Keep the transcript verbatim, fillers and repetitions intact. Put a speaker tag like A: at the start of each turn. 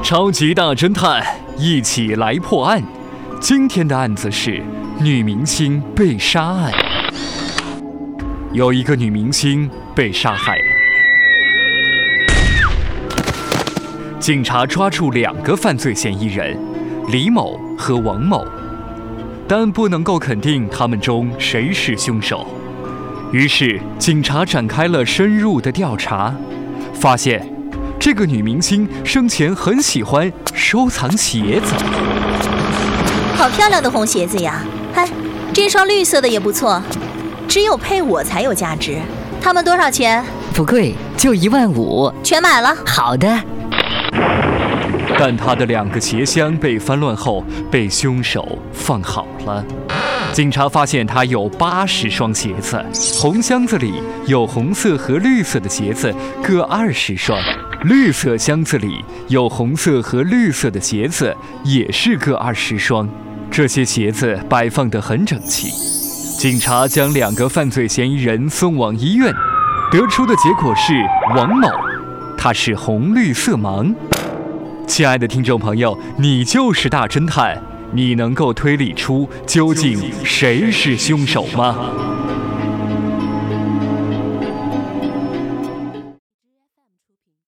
A: 超级大侦探，一起来破案。今天的案子是女明星被杀案。有一个女明星被杀害了，警察抓住两个犯罪嫌疑人，李某和王某，但不能够肯定他们中谁是凶手。于是，警察展开了深入的调查，发现这个女明星生前很喜欢收藏鞋子。
B: 好漂亮的红鞋子呀！哎，这双绿色的也不错，只有配我才有价值。它们多少钱？
C: 不贵，就一万五。
B: 全买了。
C: 好的。
A: 但他的两个鞋箱被翻乱后，被凶手放好了。警察发现他有八十双鞋子，红箱子里有红色和绿色的鞋子各二十双，绿色箱子里有红色和绿色的鞋子也是各二十双。这些鞋子摆放得很整齐。警察将两个犯罪嫌疑人送往医院，得出的结果是王某，他是红绿色盲。亲爱的听众朋友，你就是大侦探，你能够推理出究竟谁是凶手吗？